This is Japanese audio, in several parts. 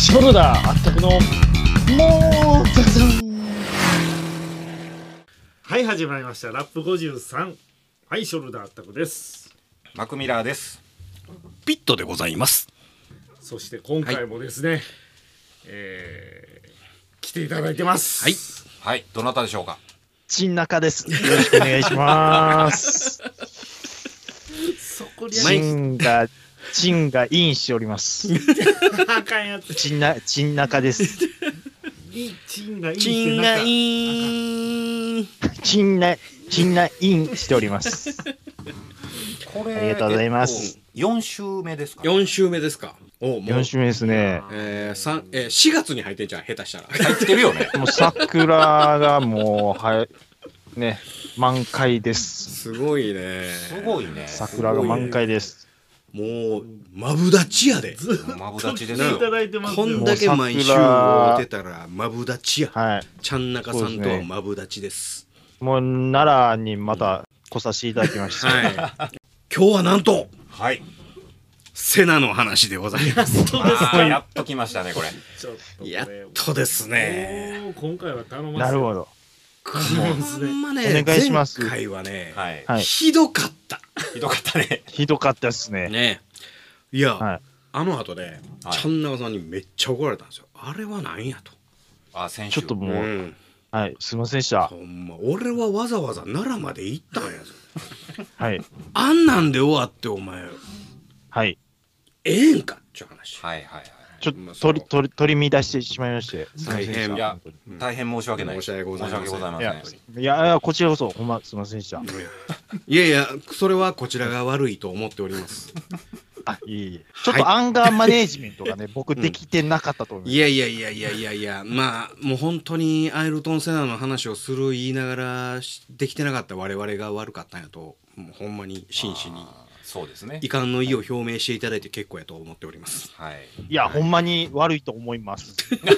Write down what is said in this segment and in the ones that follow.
ショルダーあったくのもうたくさん。 はい、始まりましたラップ53。はい、ショルダーあったくです。 マクミラーです。 ピットでございます。 そして今回もですね、来ていただいてます。 はいはい、どなたでしょうか。 陳中です。よろしくお願いします。 そこに陳がインしております。 あかんやつ。 陳中です。 陳がいい。 チンがイーン。 陳がインしております。 これありがとうございます。 4週目ですか。 4週目ですか。おうもう 4週目ですね。 4月に入ってんじゃん、下手したら。 入ってるよね。 もう桜がもうね満開です。 すごいね。 すごいね。 桜が満開です。 もうマブダチやで。 マブダチですいたよ。 だいてますよ。 こんだけ毎週会うてたらマブダチや。 はい。 ちゃん中さんとはマブダチです。 もう奈良にまた来させていただきました。 はい。今日はなんとはい。 セナの話でございます。 やっと来ましたねこれ。 ちょっとこれやっとですね。 もう今回は頼ませなるほど。 ほんまね、 お願いします前回はね、 はい。 はい。 ひどかった。 ひどかったね。 ひどかったですね。 ね。いや、 はい。 あの後で、 はいちゃんなかさんにめっちゃ怒られたんですよ。あれはなんやと。 あ、先週。 ちょっともう、 うん。 はい、すいませんでしたほ。んま、俺はわざわざ奈良まで行ったんやぞ。 はい。 あんなんで終わってお前、 はい。 ええんかっちゅう話。 はいはいはい。 ちょっと取り乱してしまいまして、すいませんで大変した。 いや、大変申し訳ない。 申し訳ございません申し訳ございません。 いや、こちらこそ、ほんますいませんでした。 いやいや、それはこちらが悪いと思っております。 あ、いえいえ。ちょっとアンガーマネージメントがね、僕できてなかったと思います。 いやいやいやいやいやいや、まあ、もう本当にアイルトン・セナの話をする言いながら、できてなかった我々が悪かったんやと、もうほんまに真摯にそうですね遺。憾の意を表明していただいて結構やと思っております。 はい。 いや、ほんまに悪いと思います。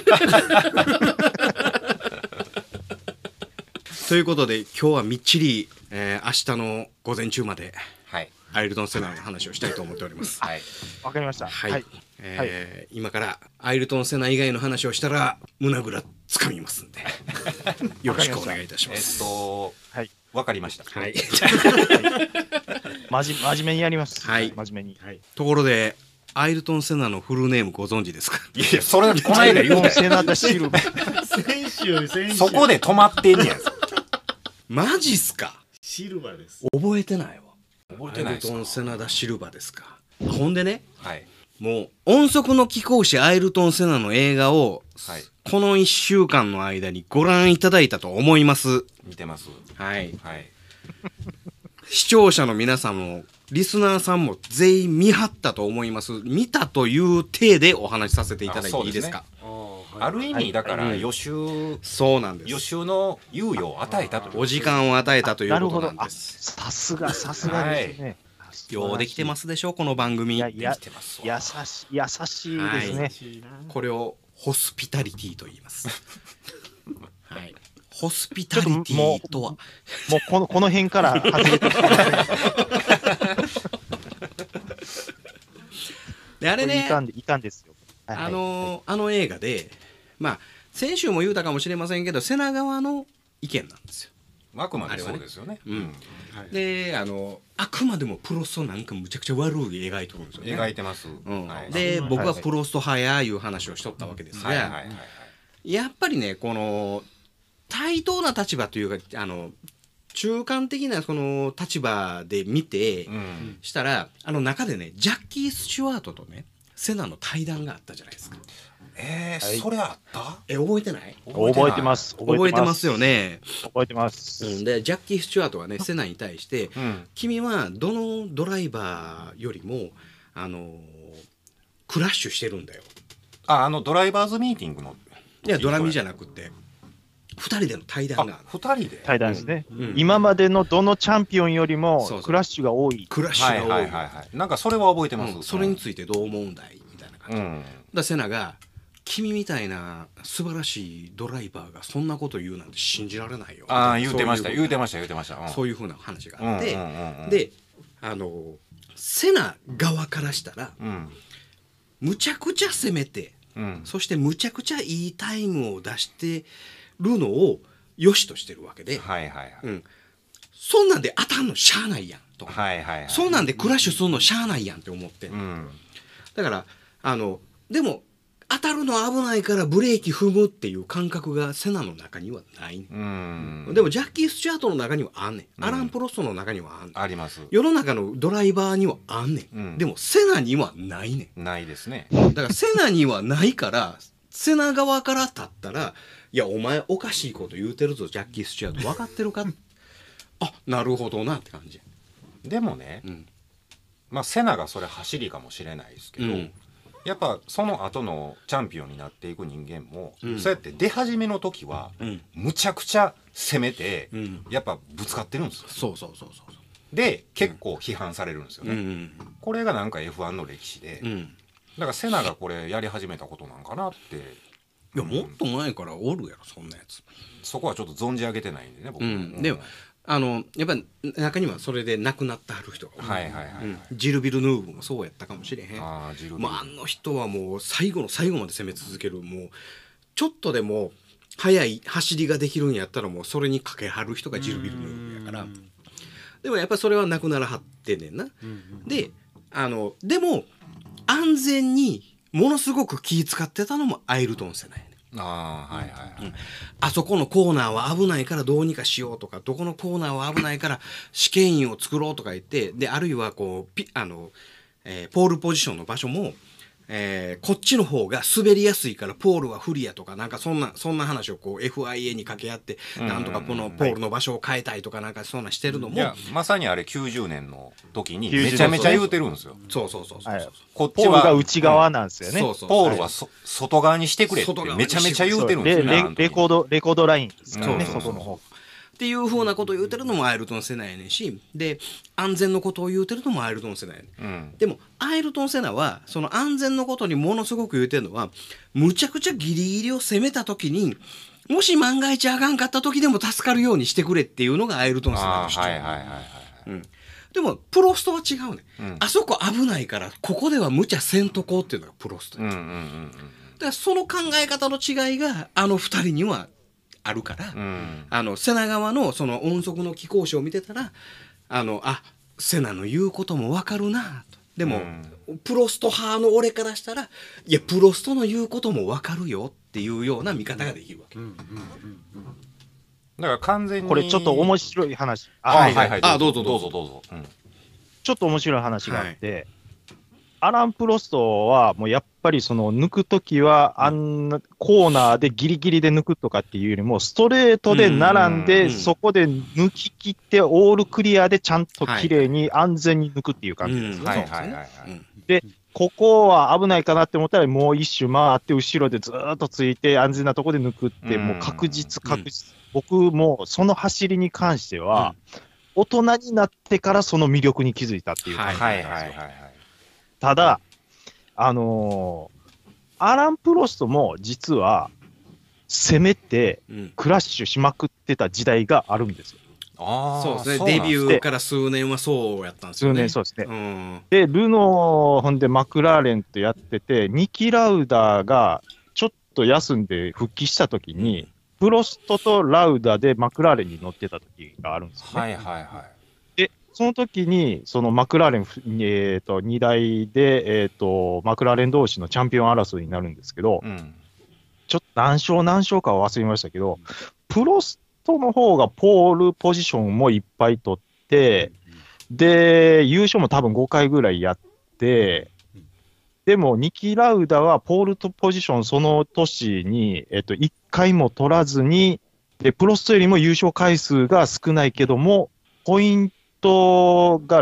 ということで今日はみっちり、明日の午前中まではい。 アイルトン・セナの話をしたいと思っております。 はい。 わかりました。 はい、 はい。 今からアイルトン・セナ以外の話をしたら胸ぐらつかみますんでよろしくお願いいたします。 はい。 わかりました。 はい真面目にやります。 はい真面目に。 はい。 ところでアイルトン・セナのフルネームご存知ですか？ いや、それこの間言うねん。 セナダシルバー。 先週そこで止まってんねや。 マジっすか？ シルバーです。 覚えてないわ。 覚えてないですかアイルトン・セナダ・シルバですか。ほんでね、 はい。 もう音速の貴公子アイルトン・セナの映画を、 はい。 この1週間の間にご覧いただいたと思います。 見てます。 はい。 はい。 視聴者の皆さんもリスナーさんも全員見張ったと思います。見たという体でお話しさせていただいていいですか？ ある意味だからはい予習そうなんです。 予習の猶予を与えたと。 お時間を与えたというなるほど。あ、 ことなんです。 さすがですね。 ようできてますすでしょこの番組。 いや、 できてますわ優しいですね。 これをホスピタリティと言います。はい。ホスピタリティとはもうこの辺から外れてきてますね。 であれね、 いかんですよ。はいはいあの映画で、まあ先週も言うたかもしれませんけど、瀬名側の意見なんですよ。 あくまでそうですよね。 うん。で、あくまでもプロストなんかむちゃくちゃ悪い描いとるんですよね。 描いてます。 うんはい。 で、 はい僕はプロスト派やいう話をしとったわけですが、 はいはいはいはい。 やっぱりね、この対等な立場というか、中間的なその立場で見て、 うん。 したら中でねジャッキー・スチュワートとねセナの対談があったじゃないですか。 はいそれあった？ 覚えてない？ 覚えてますす。 覚えてますよ。ね。 覚えてます。 でジャッキー・スチュワートはねセナに対してうん。 君はどのドライバーよりもクラッシュしてるんだよ。 あ、ドライバーズミーティングの。 いやドラミじゃなくって2人での対談がある。 二人で。 対談ですね。 うん今までのどのチャンピオンよりもそうそうクラッシュが多い。 クラッシはいュが多い。 はいはいはい。なんかそれは覚えてます。 それについてどう思うんだいみたいな感じ。 うん。 セナが君みたいな素晴らしいドライバーがそんなこと言うなんて信じられないよ。 ああ、言うてましたそういう言うてました言うてました。 そういうふうな話があって、 うんうんうんうんでセナ側からしたらうん。 むちゃくちゃ攻めてうんそしてむちゃくちゃいいタイムを出してるのを良しとしてるわけで、 はいはいはいうん、そんなんで当たんのしゃあないやんと、 はいはいはいそんなんでクラッシュするのしゃあないやんって思ってんの、 うんだからでも当たるの危ないからブレーキ踏むっていう感覚がセナの中にはないね、 うんでもジャッキー・スチュアートの中にはあんねん、アラン・プロストの中にはあんねん、 あります世の中のドライバーにはあんねん、 うんでもセナにはないねん。 ないですねだからセナにはないからセナ側から立ったらいやお前おかしいこと言うてるぞジャッキー・スチュアート分かってるかあなるほどなって感じ。 でもね、 うんまあセナがそれ走りかもしれないですけど、 うんやっぱその後のチャンピオンになっていく人間も、 うんそうやって出始めの時は、 うんむちゃくちゃ攻めて、 うんやっぱぶつかってるんですよ。 そうそうそうそうで結構批判されるんですよね、 うんこれがなんか F1 の歴史で、 うんだからセナがこれやり始めたことなんかなっていやもっと前からおるやろそんなやつ。 そこはちょっと存じ上げてないんでね僕も、 でもやっぱり中にはそれで亡くなってはる人が多い、 はいはいはいはい、 ジル・ビルヌーブもそうやったかもしれへん。 ああジルビルあの人はもう最後の最後まで攻め続ける、もうちょっとでも速い走りができるんやったらもうそれにかけはる人がジル・ビルヌーブやから、でもやっぱりそれはなくならはってんねんな。ででも安全にものすごく気使ってたのもアイルトンセナやねん。 ああはいはいはい、 あそこのコーナーは危ないからどうにかしようとか、どこのコーナーは危ないから試験員を作ろうとか言って、であるいはこうポールポジションの場所も、こっちの方が滑りやすいからポールは不利やとか、なんかそんな話をこう FIA に掛け合って、なんとかこのポールの場所を変えたいとかなんかそんなしてるのも、 いやまさにあれ90年の時に 90年めちゃめちゃ言うてるんですよ。 そうそうそうそうそう、 はいこっちはポールが内側なんですよね。 そうそうポールは外側にしてくれって外側にめちゃめちゃ言うてるんレですよね。あの時レコードラインですからね、 そうそうそう外の方。 っていうふうなことを言うてるのもアイルトン・セナやねんし、で安全のことを言うてるのもアイルトン・セナやねん。 うんでもアイルトン・セナはその安全のことにものすごく言うてるのは、むちゃくちゃギリギリを攻めた時にもし万が一あかんかった時でも助かるようにしてくれっていうのがアイルトン・セナああの主張、 はいはいはいはい。 でもプロストは違うね、 うんあそこ危ないからここでは無茶せんとこうっていうのがプロストや、 うんうんうんだからその考え方の違いが2人にはあるから、 うんセナ側のその音速の貴公子を見てたらセナの言うことも分かるなと。でも、プロスト派の俺からしたらいやプロストの言うことも分かるよっていうような見方ができるわけ、 だから完全にこれちょっと面白い話。 はいはいはいどうぞどうぞどうぞ。 ちょっと面白い話があって、アラン・プロストはもうやっぱりその抜くときはあんなコーナーでギリギリで抜くとかっていうよりもストレートで並んでそこで抜き切ってオールクリアでちゃんと綺麗に安全に抜くっていう感じですよ。 はいはいはいはい。 で、ここは危ないかなって思ったらもう一周回って後ろでずーっとついて安全なところで抜くってもう確実。僕もその走りに関しては大人になってからその魅力に気づいたっていう感じなんですよ。 はいはいはいはい。 ただ、アラン・プロストも実は攻めてクラッシュしまくってた時代があるんですよ。 ああそうですね。デビューから数年はそうやったんですよね。 数年そうですね。 うんで、ルノー、ほんでマクラーレンとやってて、ニキ・ラウダーがちょっと休んで復帰したときに、プロストとラウダでマクラーレンに乗ってた時があるんですよね。 はいはいはい。 で、その時に、そのマクラーレン、2台で、マクラーレン同士のチャンピオン争いになるんですけど、ちょっと何勝かは忘れましたけど、プロストの方がポールポジションもいっぱい取って、で、優勝も多分5回ぐらいやって、でも、ニキ・ラウダはポールとポジションその年に、1回も取らずに、で、プロストよりも優勝回数が少ないけども、ポイントが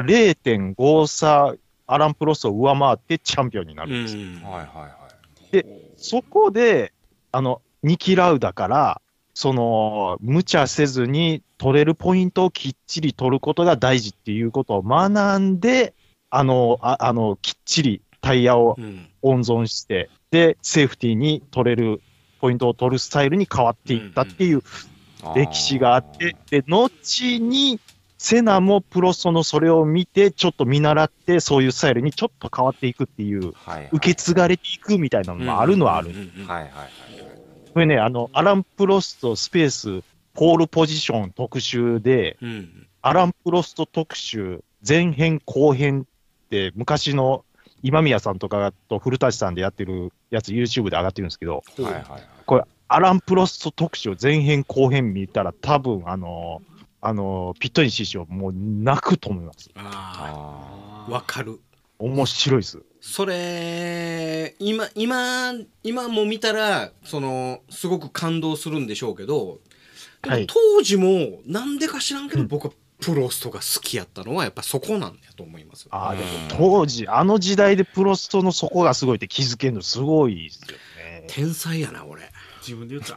0.5 差、アラン・プロストを上回ってチャンピオンになるんですよ。 はいはいはい。 で、そこで、ニキ・ラウダから、無茶せずに取れるポイントをきっちり取ることが大事っていうことを学んで、きっちりタイヤを温存して、で、セーフティーに取れる、ポイントを取るスタイルに変わっていったっていう歴史があって、で、後に、 セナもプロストのそれを見て、ちょっと見習って、そういうスタイルにちょっと変わっていくっていう、受け継がれていくみたいなのもあるのはある。これね、アラン・プロストスペース、ポールポジション特集で、アラン・プロスト特集、前編後編って、昔の今宮さんとかと古舘さんでやってるやつ、YouTube で上がってるんですけど、これ、アラン・プロスト特集、前編後編見たら、多分ピットニー師匠、もう泣くと思います。 わかる。 面白いです。 それ今も見たらすごく感動するんでしょうけど、でも当時もなんでか知らんけど、僕はプロストが好きやったのはやっぱそこなんやと思います。 でも当時時代でプロストのそこがすごいって気づけるのすごいですよね。 天才やな俺。 自分で言った。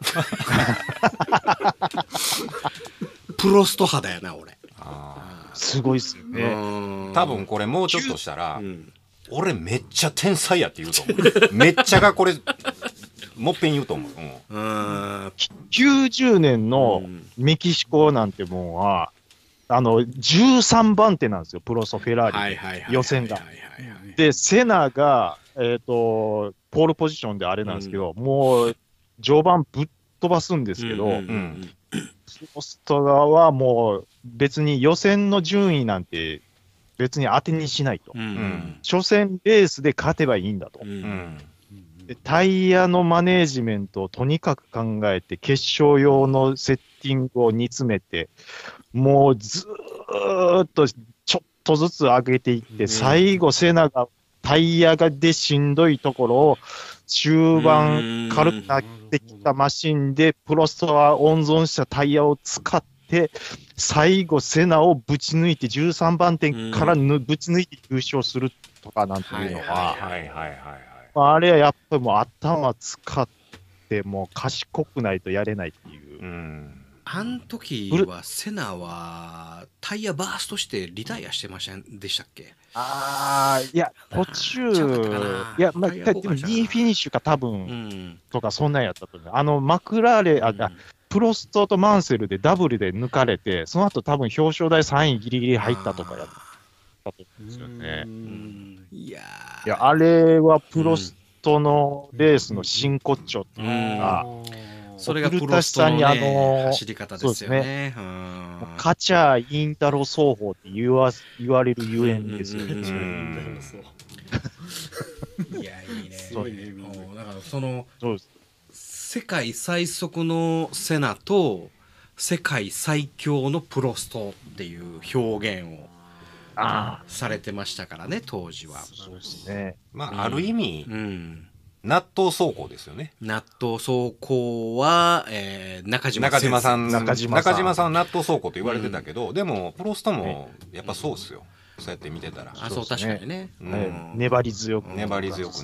プロスト肌やな俺。 すごいっすよね。 多分これもうちょっとしたら、俺めっちゃ天才やって言うと思う。めっちゃがこれもっぺん言うと思う。 90年のメキシコなんてもんは13番手なんですよ、プロストフェラーリ予選が。でセナがポールポジションであれなんですけど、もう序盤ぶっ飛ばすんですけど、プロスト側はもう別に予選の順位なんて別に当てにしないと。初戦レースで勝てばいいんだと。でタイヤのマネージメントをとにかく考えて、決勝用のセッティングを煮詰めて、もうずーっとちょっとずつ上げていって、最後セナがタイヤでしんどいところを終盤軽くなってきたマシンでプロストは温存したタイヤを使って最後セナをぶち抜いて13番手からぶち抜いて優勝するとかなんていうのは、あれはやっぱりもう頭使ってもう賢くないとやれないっていう。 あん時はセナはタイヤバーストしてリタイアしてませんでしたっけ？ いや途中いやまあでも2位フィニッシュか多分とかそんなんやったと思う。マクラーレプロストとマンセルでダブルで抜かれて、その後多分表彰台3位ギリギリ入ったとかやったと思うんですよね。いやあれはプロストのレースの真骨頂っていうのが、 それがプロストの走り方ですよね。 勝ちゃインタロ双方って言われるゆえんですよね。 いやいいね。だから世界最速のセナと世界最強のプロストっていう表現をされてましたからね、当時は。 そうですね。 まあある意味、納豆走行ですよね。 納豆走行は、中島さんは納豆走行と言われてたけど、でもプロストもやっぱそうっすよ。そうやって見てたら。 そう確かにね。 粘り強くね。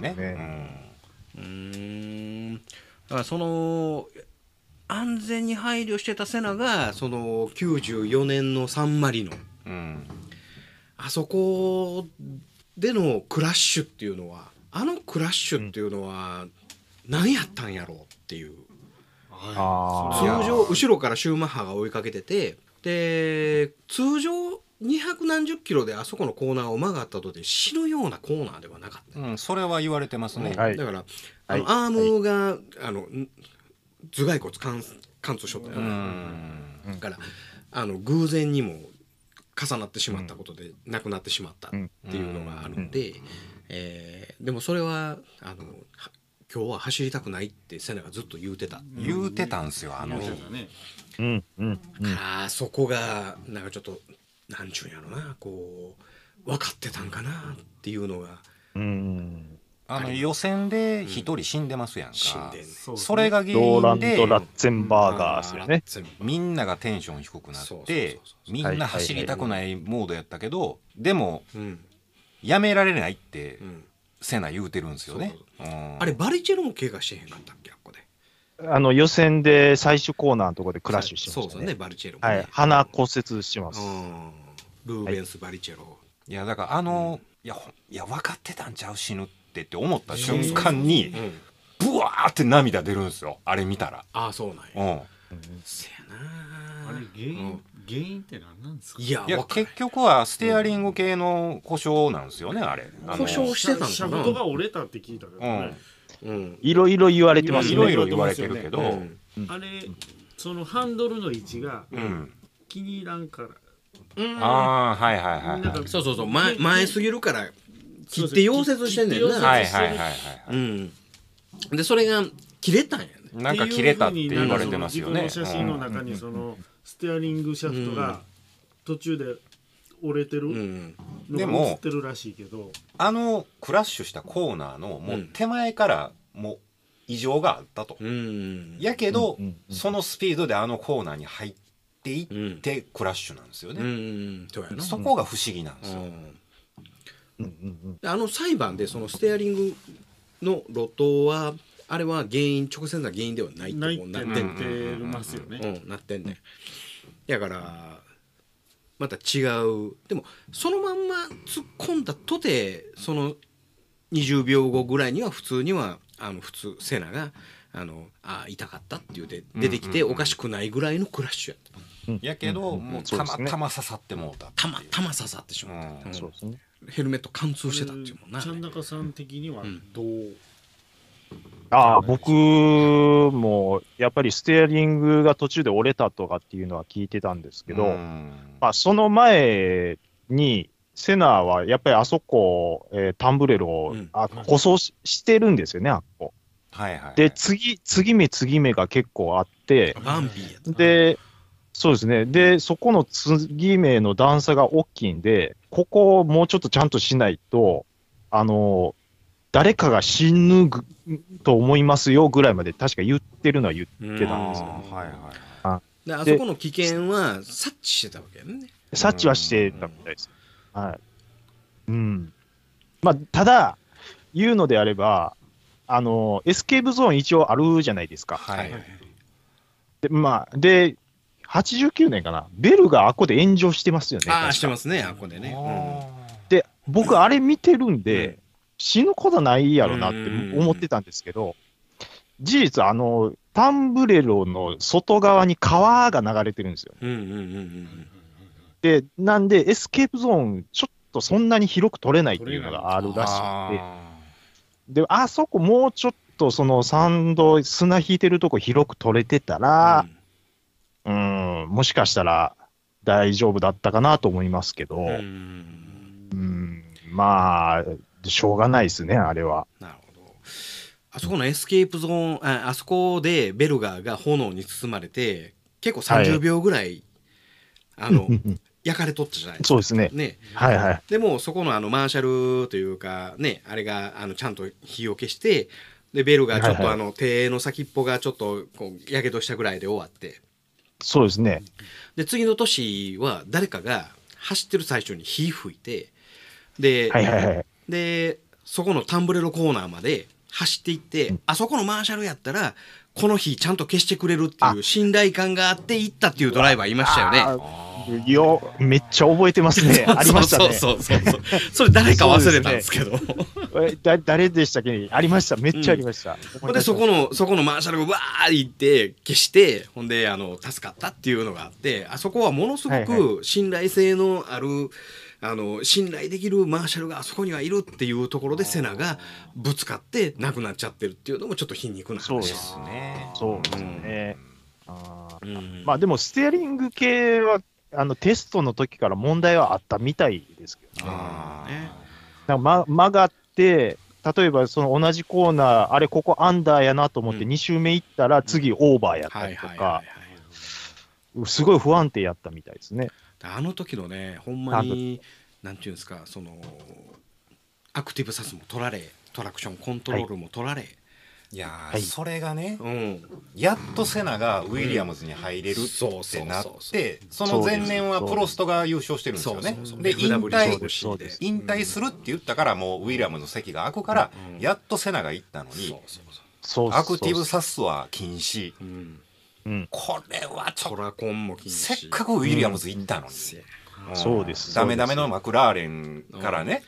だから安全に配慮してたセナが94年のサンマリノ、あそこでのクラッシュっていうのは、クラッシュっていうのは何やったんやろうっていう。通常後ろからシューマッハが追いかけてて、で通常200何十キロであそこのコーナーを曲がったとで死ぬようなコーナーではなかった。 それは言われてますね。 だからアームが頭蓋骨貫通しとったよね。だから偶然にも重なってしまったことで亡くなってしまったっていうのがあるんで、でもそれは今日は走りたくないってセナがずっと言うてたんすよそこがなんかちょっとなんちゅうんやろな、こう分かってたんかなっていうのが。 予選で一人死んでますやんか。それが原因でローランド・ラッツェンバーガーですよね。 みんながテンション低くなってみんな走りたくないモードやったけど、でもやめられないってセナ言うてるんですよね。 あれバリチェロも怪我してへんかったっけ？ 予選で最終コーナーのところでクラッシュしてましたね。 そうですね、バリチェロもね。鼻骨折してます。 ルーベンス・バリチェロ。 いやだからいや分かってたんちゃう死ぬって思った瞬間にブワーって涙出るんですよ、あれ見たら。 そうなんや。 あれ原原因って何なんですか？ いや結局はステアリング系の故障なんですよね、あれ。 故障してたのかな。 シャフトが折れたって聞いたけどね。 いろいろ言われてますね。 いろいろ言われてるけど、 あれそのハンドルの位置が気に入らんから。 ああ、はいはいはい。 そうそうそう、前すぎるから切って溶接してんねんな。 はいはいはいはい。 でそれが切れたんやね。 なんか切れたって言われてますよね。 自分の写真の中にそのステアリングシャフトが途中で折れてるのが映ってるらしいけど、 クラッシュしたコーナーのもう手前からもう異常があったと。やけどそのスピードであのコーナーに入っていってクラッシュなんですよね。そこが不思議なんですよ。裁判でそのステアリングの路頭はあれは直接な原因ではないとなってますよね。 なってんねん。だからまた違う。でもそのまんま突っ込んだとてその20秒後ぐらいには普通セナが痛かったって言うて出てきておかしくないぐらいのクラッシュやった。 やけどもうたまたま刺さってもうた。 たまたま刺さってしまった。そうですね。ヘルメット貫通してたっていうもんな。 ちゃん中さん的にはどう？ 僕もやっぱりステアリングが途中で折れたとかっていうのは聞いてたんですけど、その前にセナはやっぱりあそこ、タンブレロを舗装してるんですよね、あっこ。で、次目が結構あって、で、そうですね。で、そこの次目の段差が大きいんで、ここをもうちょっとちゃんとしないと、誰かが死ぬと思いますよぐらいまで確か言ってるのは言ってたんですよ。 あそこの危険は察知してたわけやね。 察知はしてたみたいです。ただ、言うのであれば、エスケープゾーン一応あるじゃないですか。で、89年かな、ベルがあっこで炎上してますよね。 してますね、あっこでね。 で、僕、あれ見てるんで、死ぬことないやろなって思ってたんですけど、事実、タンブレロの外側に川が流れてるんですよ。で、なんで、エスケープゾーン、ちょっとそんなに広く取れないっていうのがあるらしくて、で、あそこもうちょっとその砂引いてるとこ広く取れてたら、もしかしたら大丈夫だったかなと思いますけど、しょうがないですね、あれは。 なるほど。あそこのエスケープゾーン、あそこでベルガーが炎に包まれて、結構30秒ぐらい、焼かれとったじゃないですか。 そうですね。 でも、そこのマーシャルというか、ね、あれがちゃんと火を消して、で、ベルがちょっと手の先っぽがちょっとやけどしたぐらいで終わって。 そうですね。 で、次の年は誰かが走ってる最初に火吹いて、で、でそこのタンブレロコーナーまで走っていって、あそこのマーシャルやったらこの日ちゃんと消してくれるっていう信頼感があって行ったっていうドライバーいましたよね。 めっちゃ覚えてますね。ありましたね。 それ誰か忘れたんですけど。 誰でしたっけ？ありました。めっちゃありました。 でそこのマーシャルがわー行って消して、ほんで助かったっていうのがあって、あそこはものすごく信頼性のある信頼できるマーシャルがあそこにはいるっていうところでセナがぶつかって亡くなっちゃってるっていうのもちょっと皮肉な話ですね。 そうですね。でもステアリング系はテストの時から問題はあったみたいですけどね。曲がって例えばその同じコーナー、あれここアンダーやなと思って2周目行ったら次オーバーやったりとか、すごい不安定やったみたいですね。 あの時のね、ほんまになんていうんですか、アクティブサスも取られ、トラクションコントロールも取られ、 いやそれがね、やっとセナがウィリアムズに入れるってなって、その前年はプロストが優勝してるんですよね。で引退するって言ったからもうウィリアムズの席が空くからやっとセナが行ったのに、アクティブサスは禁止。これはちょっとせっかくウィリアムズ行ったのに、 そうです。 ダメのマクラーレンからね、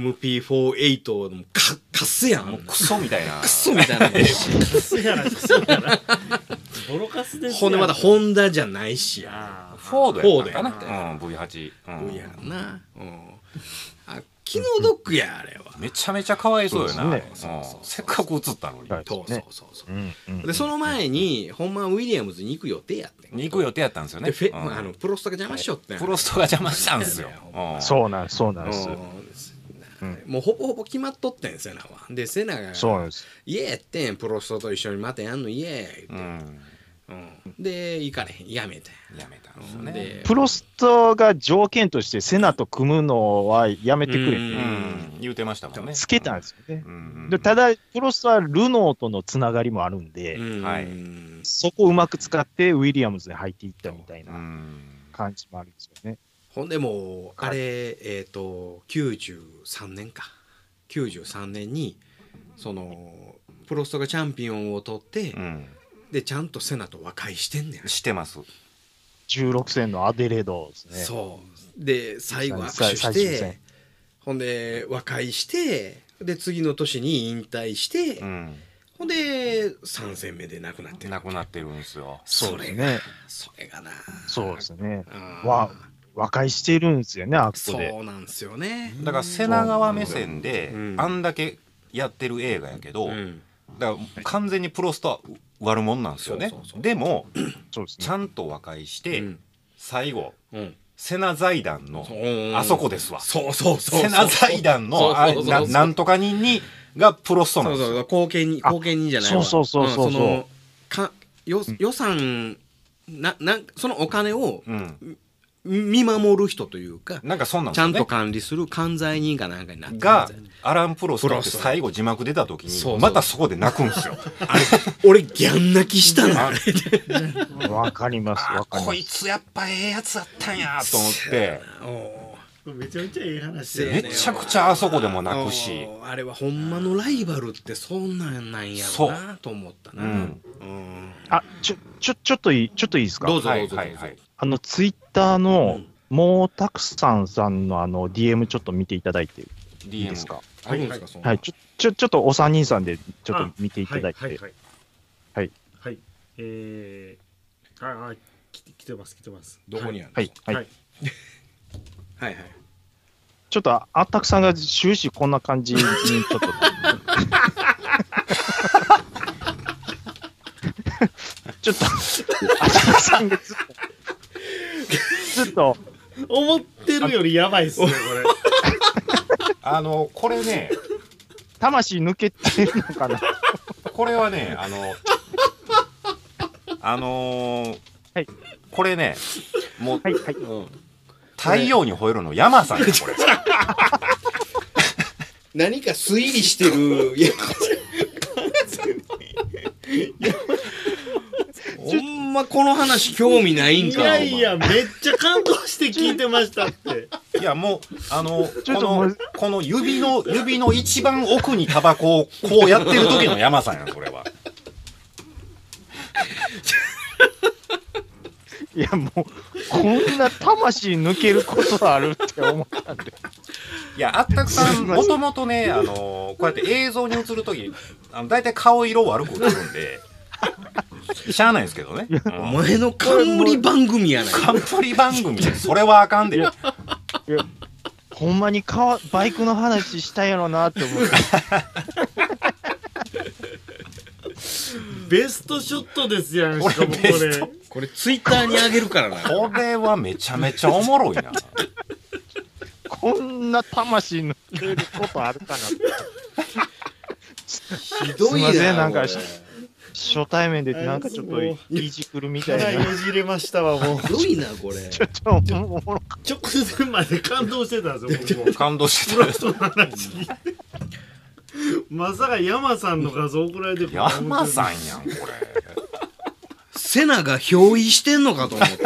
MP48 のカスやん、 もうクソみたいなクソみたいなカスやなボロカスですよ。 ほんでまだホンダじゃないし、 フォードやったかな、V8、 V やな、あ、気の毒やあれは。 めちゃめちゃかわいそうよな、 そうせっかく映ったのに。 でその前にほんまはウィリアムズに行く予定やってん。行く予定やったんですよね。 プロストが邪魔しよってプロストが邪魔したんですよ。 そうなんです。 もうほぼほぼ決まっとってんセナは。でセナがそうなんです。 イエーってんプロストと一緒にまたやんのイエーって。で行かれへんやめたんですよね。 プロストが条件としてセナと組むのはやめてくれって言うてましたもんね。 つけたんですよね。でただプロストはルノーとのつながりもあるんで、そこをうまく使ってウィリアムズに入っていったみたいな感じもあるんですよね。 ほんでもうあれ93年か93年にそのプロストがチャンピオンを取って、でちゃんとセナと和解してんねん。 してます。 16戦のアデレードですね。 そうで最後握手してほんで和解してで次の年に引退して、ほんで3戦目で亡くなってるんですよ。 それがな。 そうですね。和解してるんですよね、あそこで。 そうなんですよね。 だから瀬名川目線であんだけやってる映画やけど、だから完全にプロストは悪者なんですよね。でもちゃんと和解して最後瀬名財団のあそこですわ。瀬名財団のなんとか人にがプロストなんですよ。 後見人じゃないわ。予算そのお金を見守る人というか、 なんかそんなんちゃんと管理する管財人かなんかになってがアラン・プロストって最後字幕出た時にまたそこで泣くんですよ。 あれ俺ギャン泣きしたな。 わかります。 こいつやっぱええやつだったんやと思って。 めちゃめちゃいい話で、めちゃくちゃあそこでも泣くし、 あれはほんまのライバルってそんなんなんやろなと思ったな。 あ、ちょっといいですか。 どうぞ。 ツイッターのもうたくさんさんのDM ちょっと見ていただいていいですか。 はい、 ちょっとお三人さんでちょっと見ていただいて。はい。 来てます。 どこにある？ はい。ちょっとあったくさんが終始こんな感じにちょっとちょっとあったくさんがずっと思ってるよりやばいっすねこれ。これね、 魂抜けてるのかな。 これはね、これね、もう。太陽に吠えるの山さんやこれ。 何か推理してる。ほんまこの話興味ないんか。 いやめっちゃ感動して聞いてましたって。 いやもうこの指の一番奥にタバコをこうやってる時の山さんやこれは。 いやもうこんな魂抜けることあるって思ったんで。 いやあったくさんもともとねこうやって映像に映るときだいたい顔色悪く映るんでしゃあないですけどね。 お前の冠番組やない。 冠番組それはあかんで。いやほんまにバイクの話したやろなって思って。 ベストショットですやん。 これツイッターにあげるからな。 これはめちゃめちゃおもろいな。 こんな魂抜けることあるかなって。 ひどいな。 すいませんなんか初対面でなんかちょっといじくるみたいな。 よじれましたわもう。 ひどいなこれ。 ちょっとおもろかった。 直前まで感動してたんですよ。 感動してた。 プロストの話聞いて。まさか山さんの画像送られてくる。 山さんやんこれ。 セナが憑依してんのかと思った。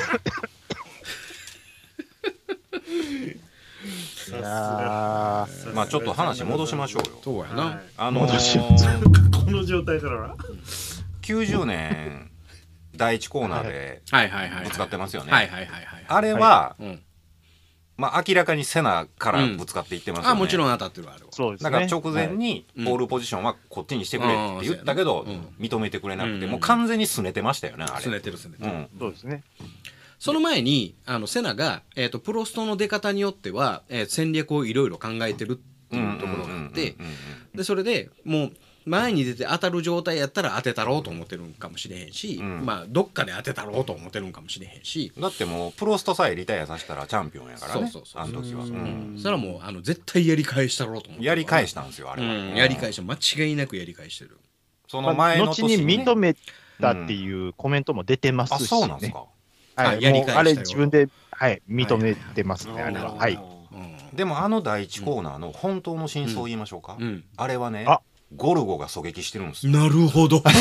まあちょっと話戻しましょうよ。 そうやな。 この状態から 90年第1コーナーでぶつかってますよね。あれはまあ明らかにセナからぶつかっていってますよね。 もちろん当たってるあれは。 そうですね。 だから直前にポールポジションはこっちにしてくれって言ったけど認めてくれなくてもう完全にすねてましたよねあれ。 すねてる。 そうですね。 その前にセナが、プロストの出方によっては、戦略をいろいろ考えてるっていうところがあって、でそれでもう前に出て当たる状態やったら当てたろうと思ってるんかもしれへんし、まあどっかで当てたろうと思ってるんかもしれへんし、 だってもうプロストさえリタイアさせたらチャンピオンやからね、あの時は。 それはもう絶対やり返したろうと思ってやり返したんですよあれは。 やり返した、間違いなくやり返してる。 その前の後に認めたっていうコメントも出てますしね。 あ、そうなんですか。 はい、もうあれ自分で、はい、認めてますね、あれは。はい。 でも第一コーナーの本当の真相を言いましょうか。あれはね、ゴルゴが狙撃してるんですよ。 なるほど。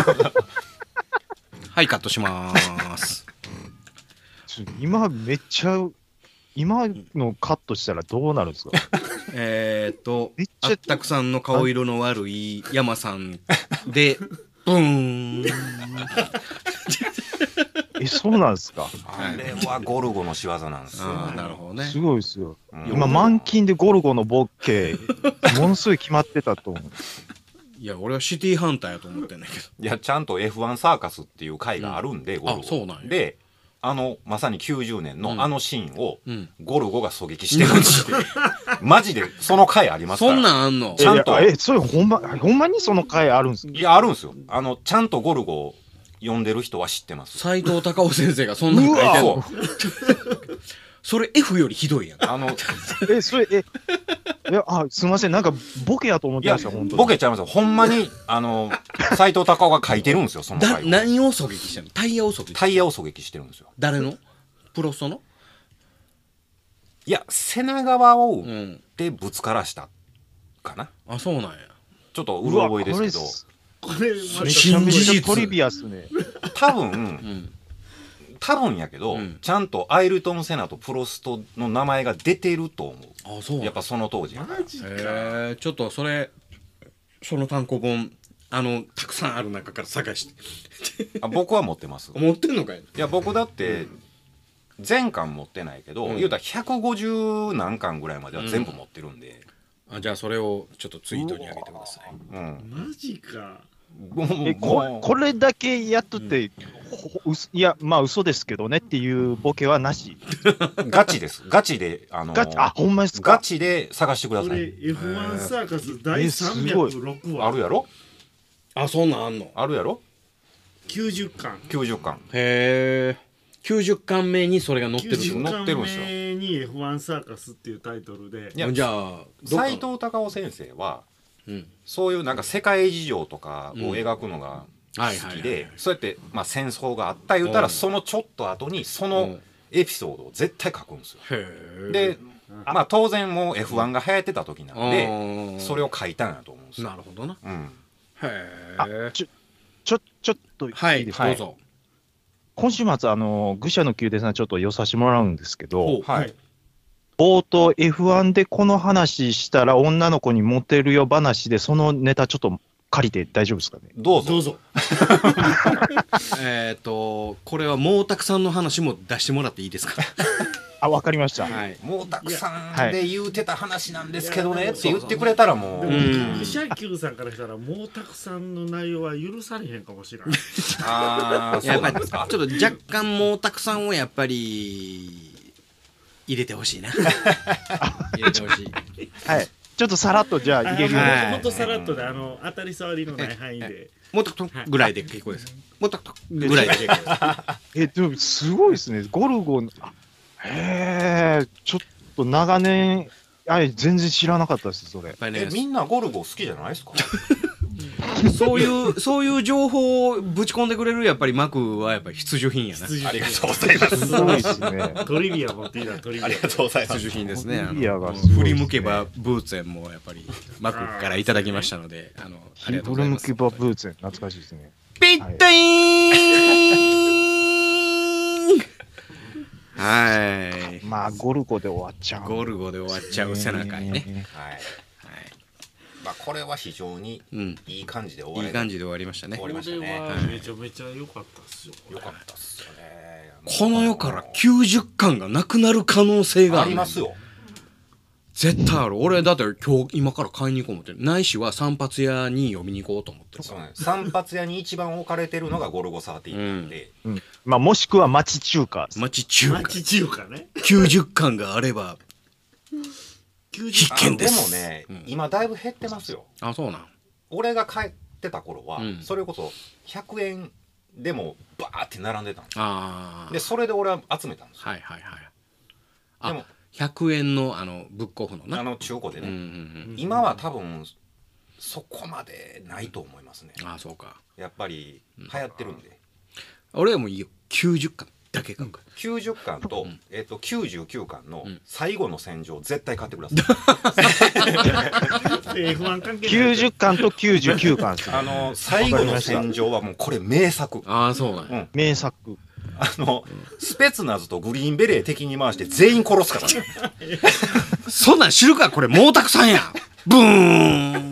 はい、カットします。 今めっちゃ今のカットしたらどうなるんですか。 あったくさんの顔色の悪い山さんでブーン。 そうなんですか。 あれはゴルゴの仕業なんですよ。 なるほどね。 すごいですよ。今満勤でゴルゴのボッケものすごい決まってたと思う。 いや俺はシティハンターやと思ってんだけど。 いやちゃんと F1 サーカスっていう回があるんで、ゴルゴ。 そうなんや。 でまさに90年のシーンをゴルゴが狙撃してるんですよ。マジでその回ありますから。 そんなんあんの？ ちゃんとそれほんまにその回あるんですか？ いやあるんですよ。ちゃんとゴルゴを読んでる人は知ってます。 斉藤隆夫先生がそんなの書いてるの？それ F よりひどいやん。 それいやすみません、なんかボケやと思ってました。本当にボケちゃいますよ。ほんまに斉藤隆夫が書いてるんですよ。その回何を狙撃してるの？タイヤを狙撃。 タイヤを狙撃してるんですよ。 誰の？プロストの？ いや背中を打ってぶつからしたかな。 あ、そうなんや。 ちょっとうろ覚えですけど。 これ新事実トリビアっすね。 多分やけど、ちゃんとアイルトン・セナとプロストの名前が出てると思う。 あ、そう。 やっぱその当時やから。 ちょっとその単行本たくさんある中から探して。 僕は持ってます。 持ってんのかい？ いや僕だって全巻持ってないけど、言うたら150何巻ぐらいまでは全部持ってるんで。 じゃあそれをちょっとツイートに上げてください。 マジか。 これだけやっとって、いやまあ嘘ですけどねっていうボケはなし。 ガチです。ガチでほんまですか？ ガチで探してください。 これ F1 サーカス第306話あるやろ？ そんなんあんの？ あるやろ ？90巻。 90巻。 へえ。90巻目にそれが載ってるんですよ。 90巻目に F1 サーカスっていうタイトルで。 じゃあ斉藤隆夫先生はそういうなんか世界事情とかを描くのが好きで、そうやって戦争があった言うたらそのちょっと後にそのエピソードを絶対書くんですよ。で当然もう F1 が流行ってた時なんでそれを書いたんやと思うんですよ。 なるほどな。 へえ。ちょっといいですか？ どうぞ。 今週末愚者の宮殿さんちょっと寄させてもらうんですけど、 はい冒頭 F1 でこの話したら女の子にモテるよ話でそのネタちょっと借りて大丈夫ですかね？ どうぞ。 これは毛沢さんの話も出してもらっていいですか？ わかりました。 毛沢さんで言うてた話なんですけどねって言ってくれたらもう。 愚者宮さんからしたら毛沢さんの内容は許されへんかもしれない。 そうなんですか。ちょっと若干毛沢さんをやっぱり入れてほしいな。入れてほしい。 はい。ちょっとさらっとじゃあ入れるよ。 ほんとさらっとで当たり障りのない範囲で。 もっとぐらいで結構です。もっとぐらいで結構です。でもすごいですね。ゴルゴのちょっと長年全然知らなかったですそれ。 みんなゴルゴ好きじゃないですか？ そういう情報をぶち込んでくれるやっぱりマクはやっぱり必需品やな。 ありがとうございます。 すごいですね。 トリビア持っていいなトリビア。 ありがとうございます。 必需品ですね。 振り向けばブーツェンもやっぱりマクからいただきましたのでありがとうございます。 振り向けばブーツェン懐かしいですね。 ピッタイーン。はい。 まあゴルゴで終わっちゃう。 ゴルゴで終わっちゃう背中にね。 はい。これは非常にいい感じで終わり。 いい感じで終わりましたね。 これはめちゃめちゃ良かったっすよ。 良かったっすよね。 この世から90巻がなくなる可能性がありますよ。 絶対ある。俺だって今日今から買いに行こう思ってる。ないしは散髪屋に呼びに行こうと思ってる。 そうね、散髪屋に一番置かれてるのがゴルゴ13なんで、 まあもしくは町中華。 町中華。 町中華ね。 90巻があれば必見です。 でもね、今だいぶ減ってますよ。 あ、そうなん。 俺が帰ってた頃は、それこそ100円でもバーって並んでたんですよ。でそれで俺は集めたんですよ。 はいはいはい。でも100円のブックオフのな中古でね、今は多分そこまでないと思いますね。 ああそうか。 やっぱり流行ってるんで、 俺はもういいよ、90巻だけ買うから。 90巻と、99巻の最後の戦場絶対買ってください。 90巻と99巻ですね。 最後の戦場はもうこれ名作。 ああそうなんや。 名作。 スペツナズとグリーンベレー敵に回して全員殺すからね。 そんなん知るか、これ毛沢さんや。ブーン。